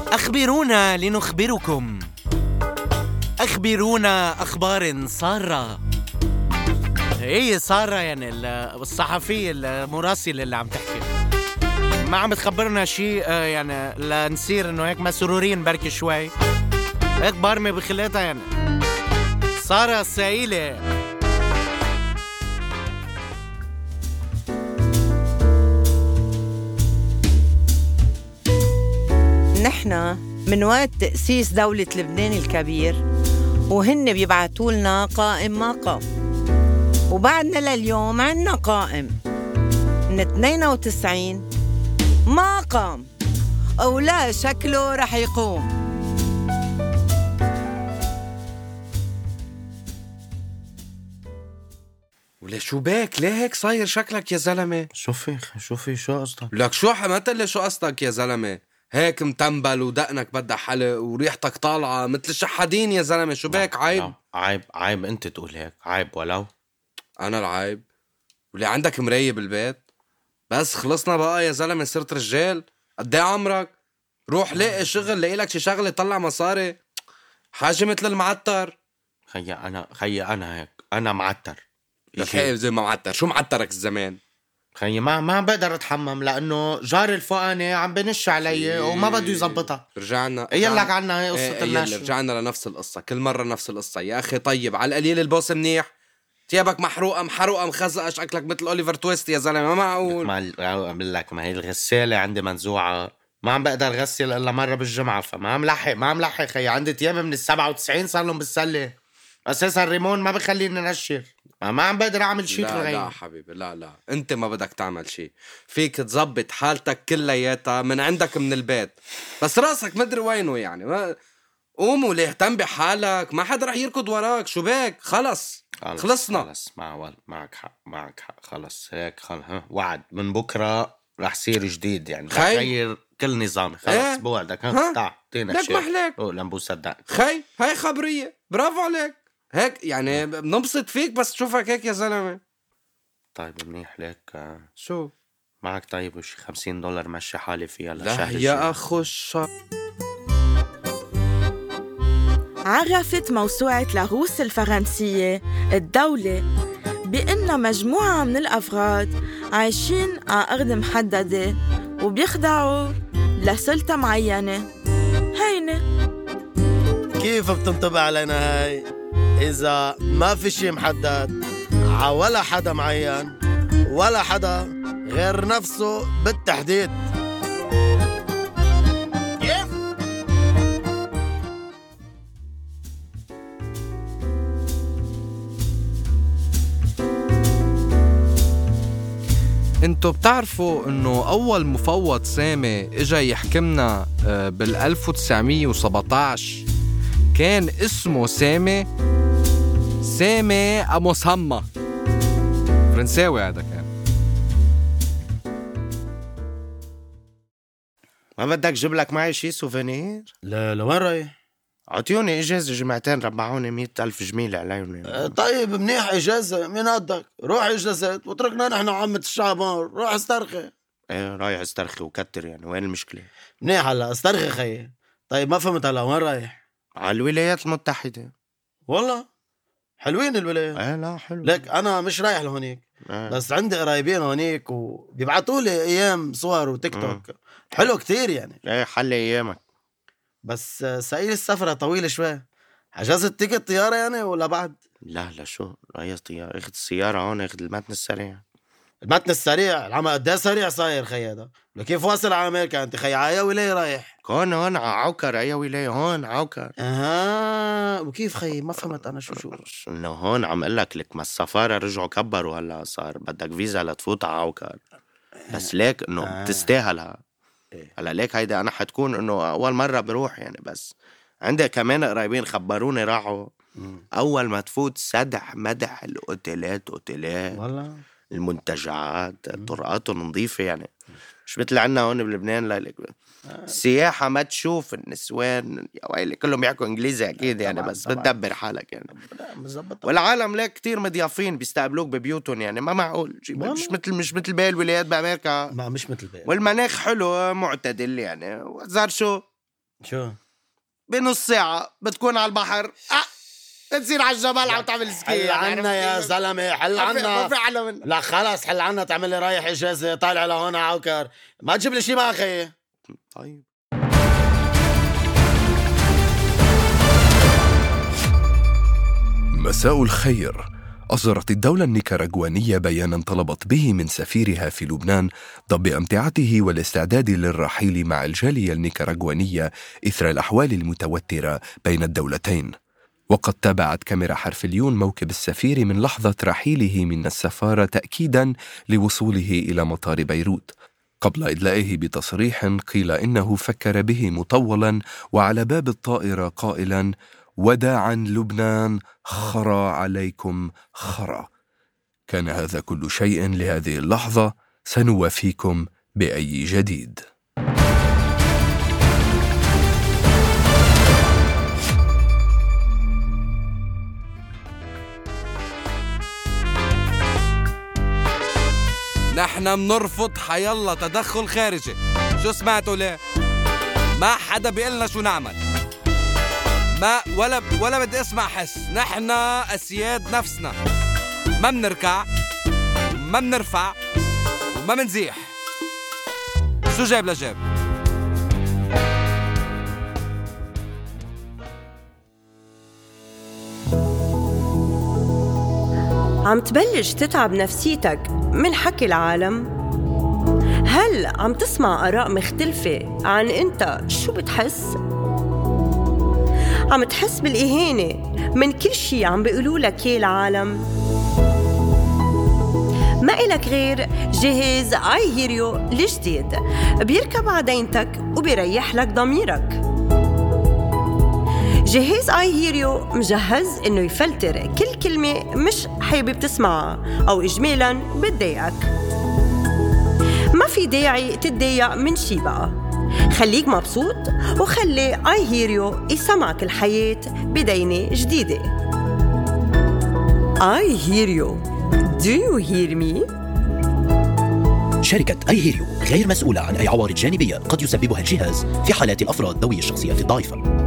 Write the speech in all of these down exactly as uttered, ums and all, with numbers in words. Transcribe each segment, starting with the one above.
أخبرونا لنخبركم. أخبرونا أخبار سارة. هي سارة يعني الصحفية المراسلة اللي عم تحكي، ما عم تخبرنا شيء يعني لنصير إنه هيك مسرورين بركي شوي، هيك بارمي بخلاتها يعني. سارة السائلة. نحن من وقت تأسيس دولة لبنان الكبير وهن بيبعتوا لنا قائم ما قام، وبعدنا لليوم عنا قائم من اثنين وتسعين ما قام أو لا شكله رح يقوم. ولا شو باك؟ ليه هيك صاير شكلك يا زلمة؟ شوفي شوفي شو قصدك؟ لك شو حمت لي شو قصدك يا زلمة؟ هيك متنبل ودقنك بدها حلق وريحتك طالعة مثل الشحادين يا زلمة. شو باك؟ عيب. لا. عيب عيب انت تقول هيك. عيب ولو انا العيب؟ ولي عندك مراية بالبيت؟ بس خلصنا بقى يا زلمة، صرت رجال. قد ايه عمرك؟ روح لاقي شغل، لاقي لك شي شغله طلع مصاري. حاجة مثل المعتر. خيي انا خيي انا هيك انا معتر. خايف زي ما معتر. شو معترك الزمان؟ خيي ما ما بقدر اتحمم لانه جار الفوقاني عم بنش علي وما بده يزبطها. رجعنا يلك عنا هي قصة ايه الناش. رجعنا لنفس القصة كل مرة، نفس القصة يا أخي. طيب على القليل البوس منيح، تيابك محروقة محروقة مخزقة شكلك مثل أوليفر تويست يا زلمة. ما معقول. ما أقول لك ما هي الغسالة عندي منزوعة، ما عم بقدر غسل إلا مرة بالجمعة، فما عم لحق ما عم لحق. خي عندي تياب من السبعة وتسعين صار لهم بالسلة، أساسا الريمون ما بخليني نشر، ما عم بقدر أعمل شيء. لا لا حبيبي، لا لا أنت ما بدك تعمل شيء. فيك تزبط حالتك كلياتها من عندك من البيت، بس راسك مدري وينه يعني. ما قوم وليهتم بحالك، ما حدا رح يركض وراك. شو باك؟ خلص خلص خلصنا. خلص مع معك حق معك حق. خلص هيك خل ها وعد من بكرة رح صير جديد يعني، رح غير كل نظامي. خلص ايه؟ بوعدك. ها تعال تينا لك محلك أو لنبو صدق خي. هاي خبرية، برافو عليك. هيك يعني بنبسط فيك بس تشوفك هيك يا زلمة. طيب منيح لك. شو معك؟ طيب وشي خمسين دولار مشي حالي فيها لا يا أخو الشر. عرفت موسوعة لاروس الفرنسية الدولة بأن مجموعة من الأفراد عايشين على أرض محددة وبيخضعوا لسلطة معينة. هينة كيف بتنطبق علينا هاي؟ إذا ما في شي محدد ع ولا حدا معين ولا حدا غير نفسه بالتحديد. كيف؟ انتو بتعرفوا انه اول مفوض سامي اجا يحكمنا بالالف وتسعمية وسبعتاشر كان اسمه سامي سامي أموسهمة، فرنساوي هذا كان. ما بدك جيب لك معي شي سوفينير؟ لا لوين رايح؟ عطيوني إجازة جمعتين ربعوني مية ألف جميل عليهم. أه طيب منيح إجازة، مين قدك؟ روح إجازات وتركنا نحن عامة الشعبان. روح استرخي. ايه رايح استرخي وكتر يعني، وين المشكلة؟ منيح هلا استرخي خيي. طيب ما فهمت هلا وين رايح؟ على الولايات المتحدة. والله حلوين الولايات. ايه لا حلو. لك أنا مش رايح لهونيك. ايه. بس عندي قرايبين هونيك وبيبعتوا لي أيام صور وتيك توك. حلو كتير يعني. ايه حل أيامك. بس سائل السفرة طويلة شوي. حجزت تيكت طيارة يعني ولا بعد؟ لا لا شو رأي طيارة؟ اخد السيارة هون، اخد المتن السريع. المتن السريع العمى قد ايه سريع صاير خي هذا؟ كيف واصل على أمريكا أنت خي؟ عايا ولاية رايح؟ هون هون عوكر. أي ولاية هون عوكر. اها وكيف خي؟ ما فهمت أنا شو شو إنه هون عم قلك لك ما السفارة رجعوا كبروا، هلا صار بدك فيزا لتفوت على عوكر. بس ليك إنه آه. بتستاهلها. هلا ليك هيدا أنا حتكون إنه أول مرة بروح يعني. بس عندي كمان قرايبين خبروني راحوا. مم. أول ما تفوت سدح مدح الأوتيلات أوتيلات والله. المنتجعات الطرقات نظيفة يعني. مش مثل عنا هون بلبنان. لا لك السياحة ما تشوف النسوان يا ويلي كلهم بيحكوا إنجليزي أكيد يعني. بس بتدبر حالك يعني. والعالم ليك كتير مضيافين بيستقبلوك ببيوتهم يعني. ما معقول مش مثل مش مثل باقي الولايات بأمريكا. ما مش مثل باقي. والمناخ حلو معتدل يعني. وزار شو شو؟ بنص ساعة بتكون على البحر. أه بتصير على الجبل عم تعمل سكي. حل عنا يا زلمة، حل عنا. ما في أحلى من لا خلاص حل عنا، تعمل لي رايح إجازة طالع لهون عوكر، ما تجيب لي شي ما أخي. طيب مساء الخير. أصدرت الدولة النيكاراغوانية بياناً طلبت به من سفيرها في لبنان ضب أمتعته والاستعداد للرحيل مع الجالية النيكاراغوانية إثر الأحوال المتوترة بين الدولتين. وقد تابعت كاميرا حرفليون موكب السفير من لحظة رحيله من السفارة تأكيداً لوصوله إلى مطار بيروت، قبل إدلائه بتصريح قيل إنه فكر به مطولاً وعلى باب الطائرة قائلاً: وداعاً لبنان، خرى عليكم خرى. كان هذا كل شيء لهذه اللحظة، سنوافيكم بأي جديد. نحن منرفض حيالله تدخل خارجي. شو سمعتوا ليه؟ ما حدا بيقلنا شو نعمل، ما ولا ولا بدي اسمع حس. نحن أسياد نفسنا، ما منركع، ما منرفع، وما منزيح. شو جاب لجاب؟ عم تبلش تتعب نفسيتك من حكي العالم؟ هل عم تسمع آراء مختلفة عن أنت شو بتحس؟ عم تحس بالإهانة من كل شي عم بيقولوا لك إيه العالم؟ ما إلك غير جهاز آي هيريو الجديد، بيركب عدينتك وبيريح لك ضميرك. جهاز آي هيريو مجهز إنه يفلتر كل كلمة مش حابب تسمعها أو إجمالاً بتضايقك. ما في داعي تتضايق من شي بقى، خليك مبسوط وخلي آي هيريو يسمعك الحياة بدينة جديدة. آي هيريو، Do you hear me؟ شركة آي هيريو غير مسؤولة عن أي عوارض جانبية قد يسببها الجهاز في حالات الأفراد ذوي الشخصيات الضعيفة.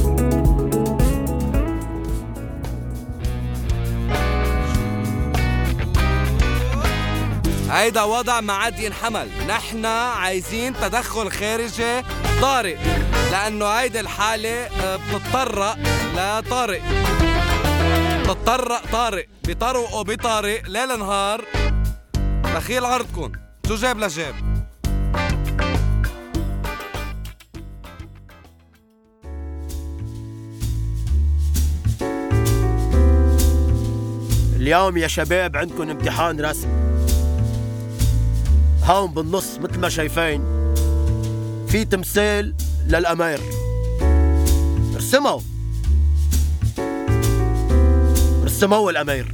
هيدا وضع ما عاد ينحمل. نحن عايزين تدخل خارجي طارئ، لأنه هيدا الحالة بتتطرق لطارئ، بتتطرق طارئ بطرق وبطارئ ليل نهار. دخيل عرضكم شو جاب لجاب. اليوم يا شباب عندكم امتحان رسم. هون بالنص مثل ما شايفين في تمثال للأمير، ارسموا ارسموا الأمير.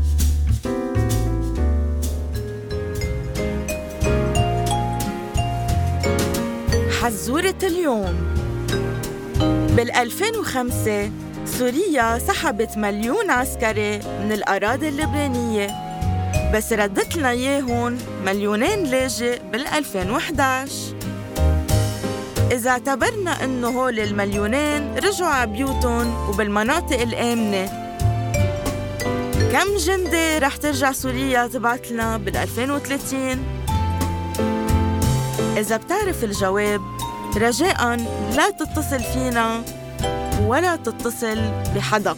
حزورة اليوم. بالألفين وخمسة سوريا سحبت مليون عسكري من الأراضي اللبنانية، بس ردت لنا ياهن مليونين لاجئ بالألفين وإحداعش. إذا اعتبرنا إنه هول المليونين رجعوا عبيوتن وبالمناطق الآمنة، كم جندي رح ترجع سوريا تبعت لنا بالألفين وثلاثين؟ إذا بتعرف الجواب رجاءً لا تتصل فينا ولا تتصل بحدا.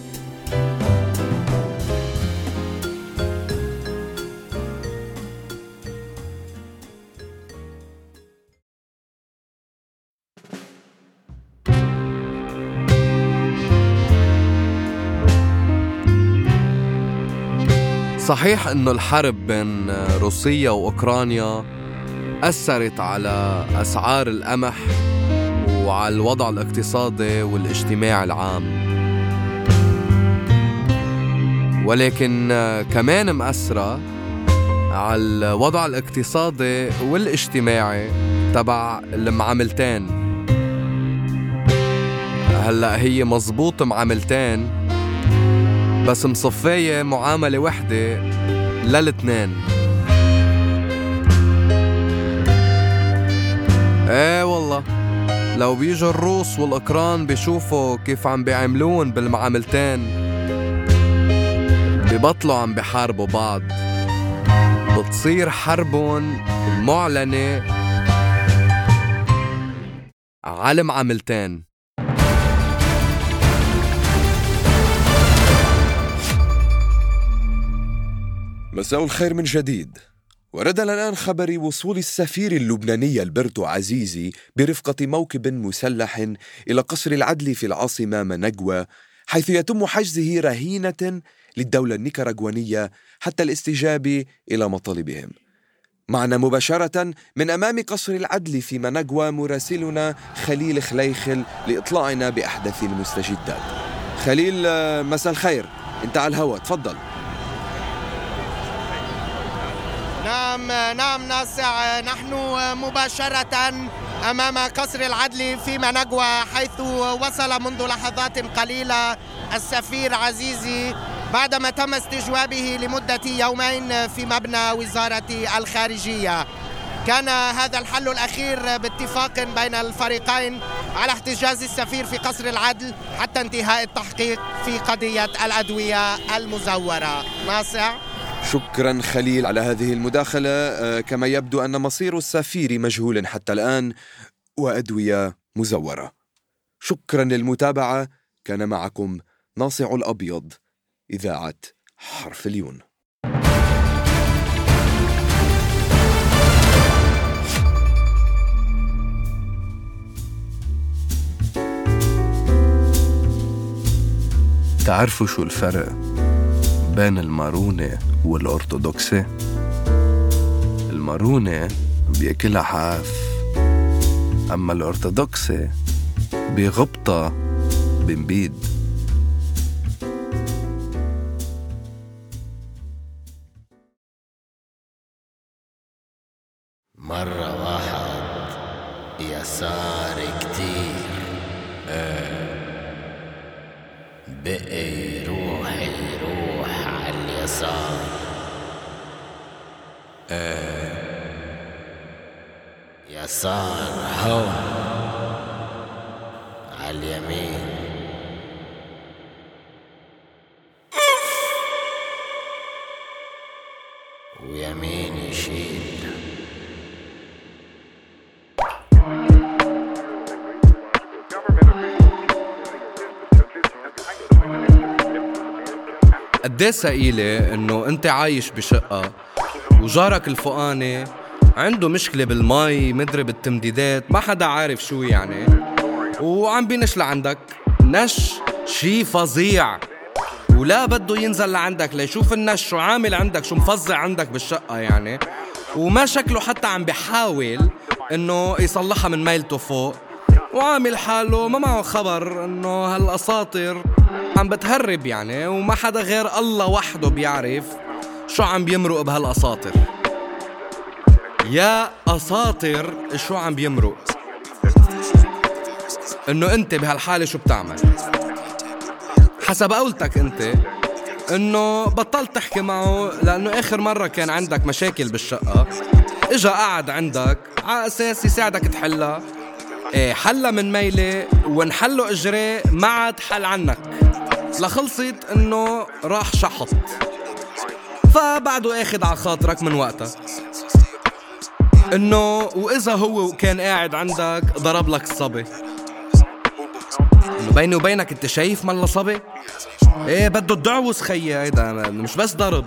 صحيح إنه الحرب بين روسيا وأوكرانيا أثرت على أسعار القمح وعلى الوضع الاقتصادي والاجتماعي العام، ولكن كمان مأثرة على الوضع الاقتصادي والاجتماعي تبع المعاملتين. هلأ هي مزبوط معاملتين، بس مصفية معاملة وحدة للاتنين. ايه والله لو بيجوا الروس والأوكران بيشوفوا كيف عم بيعملون بالمعاملتين ببطلوا عم بيحاربوا بعض، بتصير حربهم المعلنة على المعاملتين. مساء الخير من جديد. وردنا الآن خبر وصول السفير اللبناني البرتو عزيزي برفقة موكب مسلح إلى قصر العدل في العاصمة مناغوا، حيث يتم حجزه رهينة للدولة النيكاراغوانية حتى الاستجابة إلى مطالبهم. معنا مباشرة من أمام قصر العدل في مناغوا مراسلنا خليل خليخل لإطلاعنا بأحدث المستجدات. خليل، مساء الخير، أنت على الهواء، تفضل. نعم نعم ناصع، نحن مباشرة أمام قصر العدل في مناغوا، حيث وصل منذ لحظات قليلة السفير عزيزي بعدما تم استجوابه لمدة يومين في مبنى وزارة الخارجية. كان هذا الحل الأخير باتفاق بين الفريقين على احتجاز السفير في قصر العدل حتى انتهاء التحقيق في قضية الأدوية المزورة. ناصع، شكرا خليل على هذه المداخلة. آه كما يبدو أن مصير السفير مجهول حتى الآن وأدوية مزورة. شكرا للمتابعة. كان معكم ناصع الأبيض، إذاعة حرف اليون. تعرفوا شو الفرق بين المارونة والأرثوذكسي؟ المارونة بيأكلها حاف، أما الأرثوذكسي بغبطة بنبيد. مرة واحد يسار كتير، بقي يروح يروح على اليسار، يسار هون على اليمين، ويمين يشيل. قديه ثقيلة إنه أنت عايش بشقة وجارك الفوقاني عنده مشكلة بالماي، مدري بالتمديدات، ما حدا عارف شو يعني، وعم بينش لعندك نش شي فظيع، ولا بده ينزل لعندك ليشوف النش شو عامل عندك، شو مفظع عندك بالشقة يعني، وما شكله حتى عم بيحاول إنه يصلحها من ميلته فوق، وعامل حاله ما معه خبر إنه هالأساطير عم بتهرب يعني، وما حدا غير الله وحده بيعرف شو عم بيمرق بهالأساطير. يا أساطير شو عم بيمرق؟ إنه أنت بهالحالة شو بتعمل؟ حسب قولتك أنت إنه بطلت تحكي معه لأنه آخر مرة كان عندك مشاكل بالشقة، إجا قعد عندك على أساس يساعدك تحلها. إيه، حلها من ميلة ونحله إجري ما عاد حل عنك، لخلصت إنه راح شحط، فبعده آخد على خاطرك من وقتها إنه وإذا هو كان قاعد عندك ضرب لك الصبي، إنه بيني وبينك أنت شايف ملا صبي؟ إيه بده الدعوس خيي، هيدا مش بس ضرب.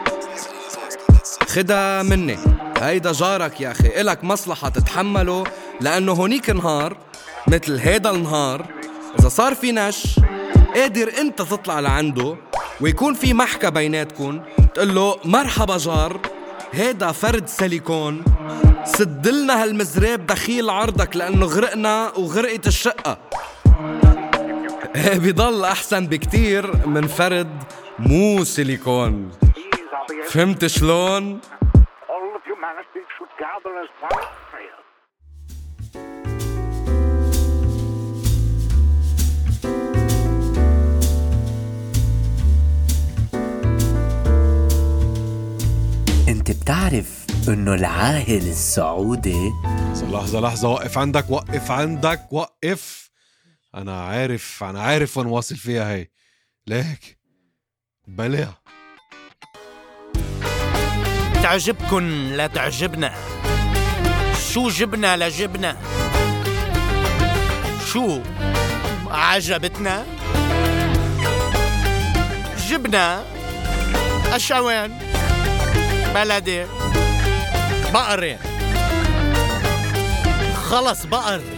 خدها مني، هيدا جارك يا أخي، إلك مصلحة تتحمله، لأنه هونيك نهار مثل هيدا النهار إذا صار في نش قادر أنت تطلع لعنده ويكون في محكة بيناتكن، تقول له مرحبا جار، هيدا فرد سيليكون، سدلنا هالمزراب دخيل عرضك لأنه غرقنا وغرقت الشقة. بيضل أحسن بكتير من فرد مو سيليكون. فهمت شلون؟ انت بتعرف انه العاهل السعودي لحظة لحظة لحظة، وقف عندك وقف عندك وقف. أنا عارف أنا عارف وين واصل فيها هي. ليك بلاها تعجبكن لا تعجبنا، شو جبنا لجبنا، شو عجبتنا جبنا أشوان بلدي بقري، خلص بقر